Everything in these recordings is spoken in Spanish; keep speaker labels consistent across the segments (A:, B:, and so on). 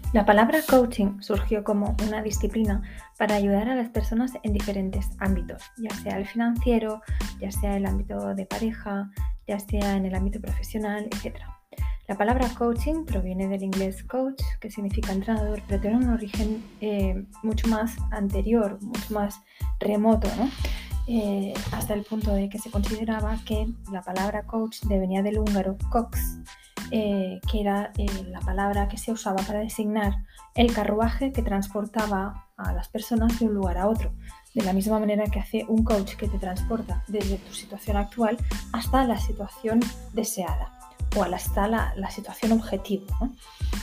A: La palabra coaching surgió como una disciplina para ayudar a las personas en diferentes ámbitos, ya sea el financiero, ya sea el ámbito de pareja, ya sea en el ámbito profesional, etc. La palabra coaching proviene del inglés coach, que significa entrenador, pero tiene un origen mucho más anterior, mucho más remoto, ¿no? Hasta el punto de que se consideraba que la palabra coach venía del húngaro cox, que era la palabra que se usaba para designar el carruaje que transportaba a las personas de un lugar a otro, de la misma manera que hace un coach que te transporta desde tu situación actual hasta la situación deseada o hasta la situación objetivo, ¿no?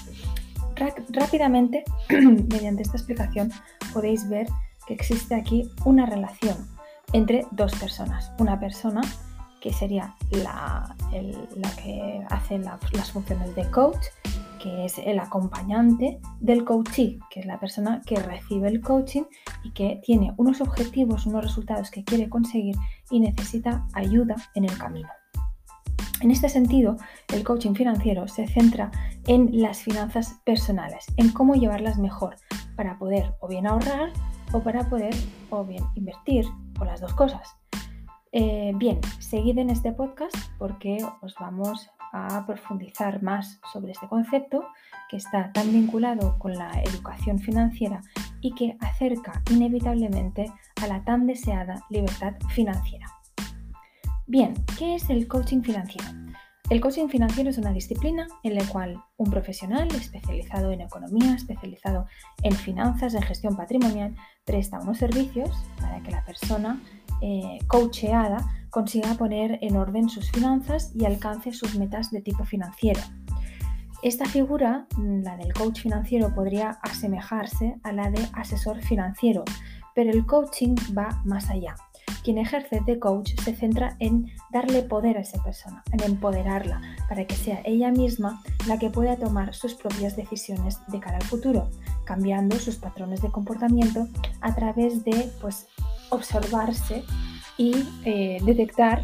A: Rápidamente, mediante esta explicación, podéis ver que existe aquí una relación entre dos personas. Una persona que sería la que hace las funciones de coach, que es el acompañante del coachee, que es la persona que recibe el coaching y que tiene unos objetivos, unos resultados que quiere conseguir y necesita ayuda en el camino. En este sentido, el coaching financiero se centra en las finanzas personales, en cómo llevarlas mejor para poder o bien ahorrar o para poder o bien invertir o las dos cosas. Bien, seguid en este podcast porque os vamos a profundizar más sobre este concepto que está tan vinculado con la educación financiera y que acerca inevitablemente a la tan deseada libertad financiera. Bien, ¿qué es el coaching financiero? El coaching financiero es una disciplina en la cual un profesional especializado en economía, especializado en finanzas, en gestión patrimonial, presta unos servicios para que la persona coacheada consiga poner en orden sus finanzas y alcance sus metas de tipo financiero. Esta figura, la del coach financiero, podría asemejarse a la de asesor financiero, pero el coaching va más allá. Quien ejerce de coach se centra en darle poder a esa persona, en empoderarla, para que sea ella misma la que pueda tomar sus propias decisiones de cara al futuro, cambiando sus patrones de comportamiento a través de observarse y detectar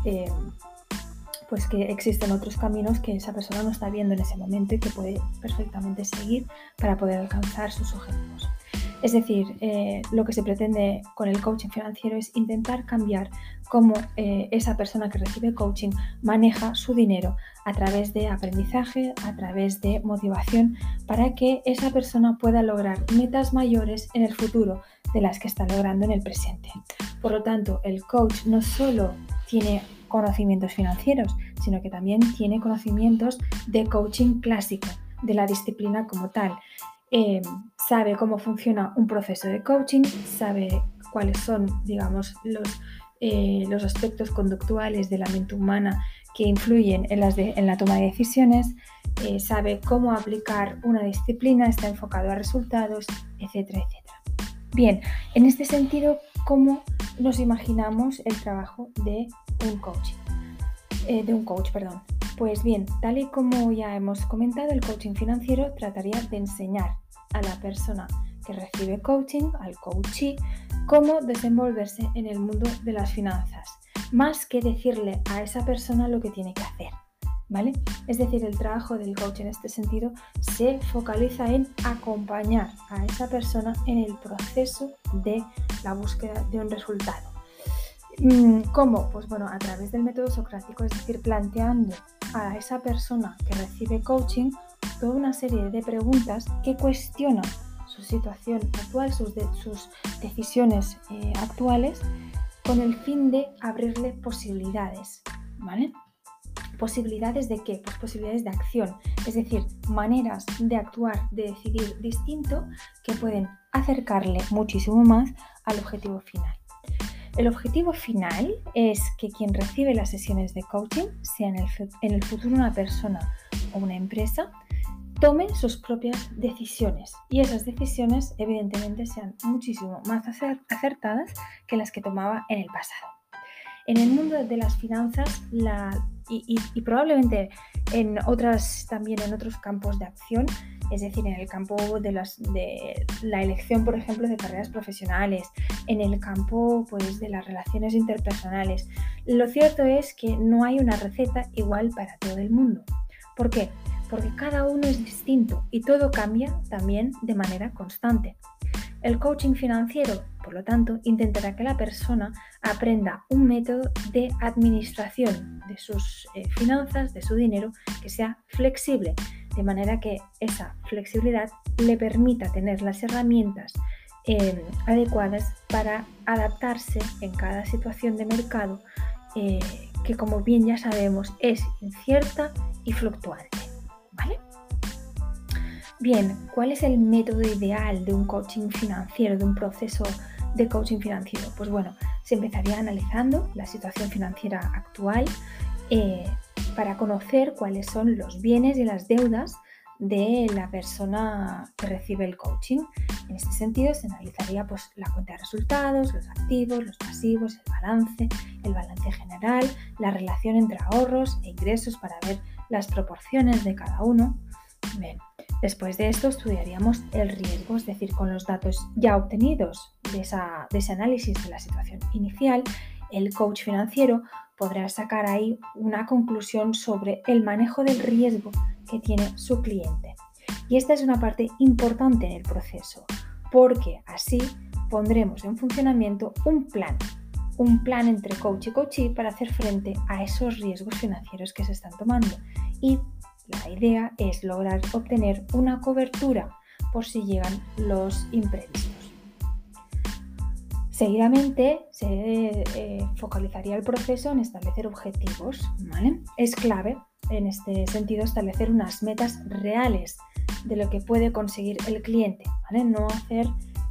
A: que existen otros caminos que esa persona no está viendo en ese momento y que puede perfectamente seguir para poder alcanzar sus objetivos. Es decir, lo que se pretende con el coaching financiero es intentar cambiar cómo esa persona que recibe coaching maneja su dinero a través de aprendizaje, a través de motivación, para que esa persona pueda lograr metas mayores en el futuro de las que está logrando en el presente. Por lo tanto, el coach no solo tiene conocimientos financieros, sino que también tiene conocimientos de coaching clásico, de la disciplina como tal. Sabe cómo funciona un proceso de coaching, sabe cuáles son, digamos, los aspectos conductuales de la mente humana que influyen en la toma de decisiones, sabe cómo aplicar una disciplina, está enfocado a resultados, etcétera, etcétera. Bien, en este sentido, ¿cómo nos imaginamos el trabajo de un coach? Pues bien, tal y como ya hemos comentado, el coaching financiero trataría de enseñar a la persona que recibe coaching, al coachee, cómo desenvolverse en el mundo de las finanzas, más que decirle a esa persona lo que tiene que hacer, ¿vale? Es decir, el trabajo del coach en este sentido se focaliza en acompañar a esa persona en el proceso de la búsqueda de un resultado. ¿Cómo? Pues bueno, a través del método socrático, es decir, planteando a esa persona que recibe coaching toda una serie de preguntas que cuestionan su situación actual, sus decisiones actuales, con el fin de abrirle posibilidades, ¿vale? ¿Posibilidades de qué? Pues posibilidades de acción, es decir, maneras de actuar, de decidir distinto que pueden acercarle muchísimo más al objetivo final. El objetivo final es que quien recibe las sesiones de coaching, sea en el futuro una persona o una empresa, tome sus propias decisiones y esas decisiones evidentemente sean muchísimo más acertadas que las que tomaba en el pasado. En el mundo de las finanzas y probablemente también en otros campos de acción, es decir, en el campo de la elección, por ejemplo, de carreras profesionales, en el campo de las relaciones interpersonales. Lo cierto es que no hay una receta igual para todo el mundo. ¿Por qué? porque cada uno es distinto y todo cambia también de manera constante. El coaching financiero, por lo tanto, intentará que la persona aprenda un método de administración de sus finanzas, de su dinero, que sea flexible, de manera que esa flexibilidad le permita tener las herramientas adecuadas para adaptarse en cada situación de mercado que, como bien ya sabemos, es incierta y fluctuante, ¿vale? Bien, ¿cuál es el método ideal de un coaching financiero, de un proceso de coaching financiero? Pues bueno, se empezaría analizando la situación financiera actual para conocer cuáles son los bienes y las deudas de la persona que recibe el coaching. En este sentido, se analizaría pues, la cuenta de resultados, los activos, los pasivos, el balance general, la relación entre ahorros e ingresos para ver las proporciones de cada uno. Bien. Después de esto estudiaríamos el riesgo, es decir, con los datos ya obtenidos de ese análisis de la situación inicial, el coach financiero podrá sacar ahí una conclusión sobre el manejo del riesgo que tiene su cliente. Y esta es una parte importante en el proceso, porque así pondremos en funcionamiento un plan entre coach y coachee para hacer frente a esos riesgos financieros que se están tomando. Y la idea es lograr obtener una cobertura por si llegan los imprevistos. Seguidamente se focalizaría el proceso en establecer objetivos, ¿vale? Es clave en este sentido establecer unas metas reales de lo que puede conseguir el cliente, ¿vale? No hacer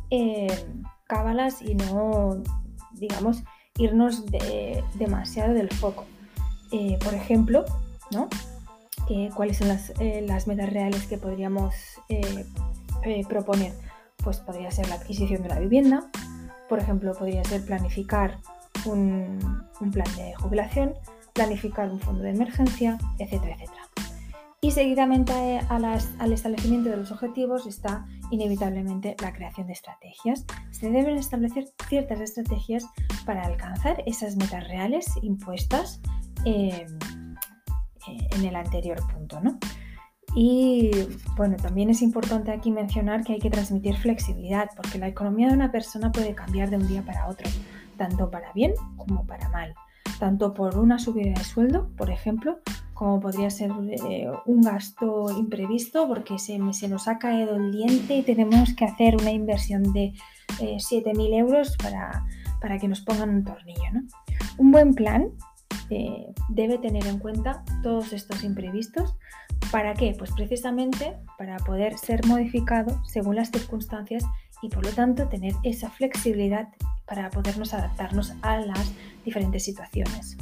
A: cábalas y no, digamos, irnos demasiado del foco. Por ejemplo, ¿no? ¿Cuáles son las metas reales que podríamos proponer? Pues podría ser la adquisición de una vivienda, por ejemplo, podría ser planificar un plan de jubilación, planificar un fondo de emergencia, etcétera, etcétera. Y seguidamente al establecimiento de los objetivos está inevitablemente la creación de estrategias. Se deben establecer ciertas estrategias para alcanzar esas metas reales impuestas en el anterior punto, ¿no? Y bueno, también es importante aquí mencionar que hay que transmitir flexibilidad, porque la economía de una persona puede cambiar de un día para otro, tanto para bien como para mal, tanto por una subida de sueldo, por ejemplo, como podría ser un gasto imprevisto porque se nos ha caído el diente y tenemos que hacer una inversión de 7.000 euros para que nos pongan un tornillo, ¿no? Un buen plan debe tener en cuenta todos estos imprevistos. ¿Para qué? Pues precisamente para poder ser modificado según las circunstancias y por lo tanto tener esa flexibilidad para podernos adaptarnos a las diferentes situaciones.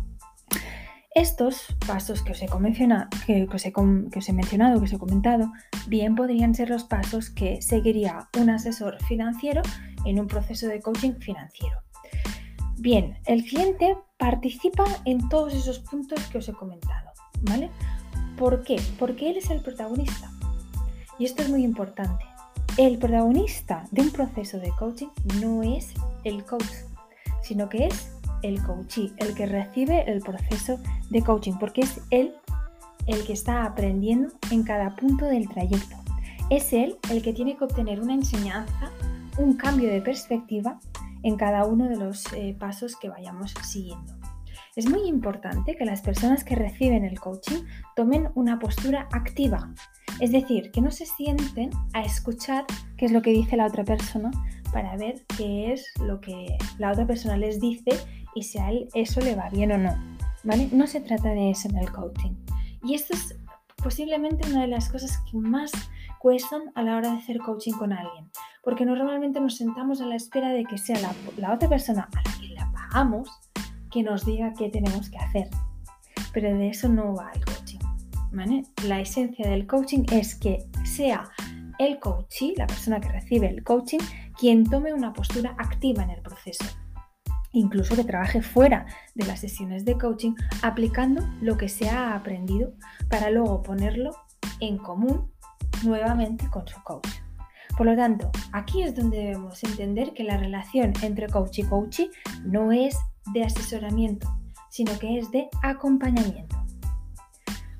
A: Estos pasos que os he mencionado, que os he comentado, bien podrían ser los pasos que seguiría un asesor financiero en un proceso de coaching financiero. Bien, el cliente participa en todos esos puntos que os he comentado, ¿vale? ¿Por qué? Porque él es el protagonista. Y esto es muy importante. El protagonista de un proceso de coaching no es el coach, sino que es el coachee, el que recibe el proceso de coaching, porque es él el que está aprendiendo en cada punto del trayecto. Es él el que tiene que obtener una enseñanza, un cambio de perspectiva en cada uno de los pasos que vayamos siguiendo. Es muy importante que las personas que reciben el coaching tomen una postura activa, es decir, que no se sienten a escuchar qué es lo que dice la otra persona para ver qué es lo que la otra persona les dice y si a él eso le va bien o no, ¿vale? No se trata de eso en el coaching. Y esto es posiblemente una de las cosas que más cuestan a la hora de hacer coaching con alguien, porque normalmente nos sentamos a la espera de que sea la otra persona a la que la pagamos que nos diga qué tenemos que hacer, pero de eso no va el coaching, ¿vale? La esencia del coaching es que sea el coachee, la persona que recibe el coaching, quien tome una postura activa en el proceso, incluso que trabaje fuera de las sesiones de coaching aplicando lo que se ha aprendido para luego ponerlo en común nuevamente con su coach. Por lo tanto, aquí es donde debemos entender que la relación entre coach y coachee no es de asesoramiento, sino que es de acompañamiento.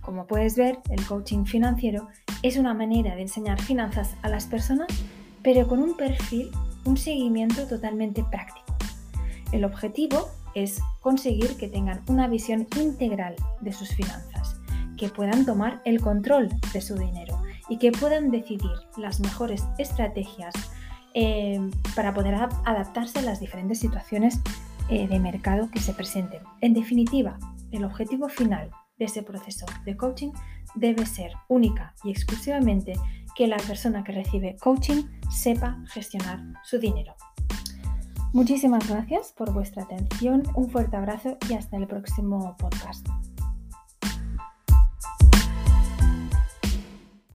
A: Como puedes ver, el coaching financiero es una manera de enseñar finanzas a las personas, pero con un perfil, un seguimiento totalmente práctico. El objetivo es conseguir que tengan una visión integral de sus finanzas, que puedan tomar el control de su dinero y que puedan decidir las mejores estrategias para poder adaptarse a las diferentes situaciones de mercado que se presenten. En definitiva, el objetivo final de ese proceso de coaching debe ser única y exclusivamente que la persona que recibe coaching sepa gestionar su dinero. Muchísimas gracias por vuestra atención, un fuerte abrazo y hasta el próximo podcast.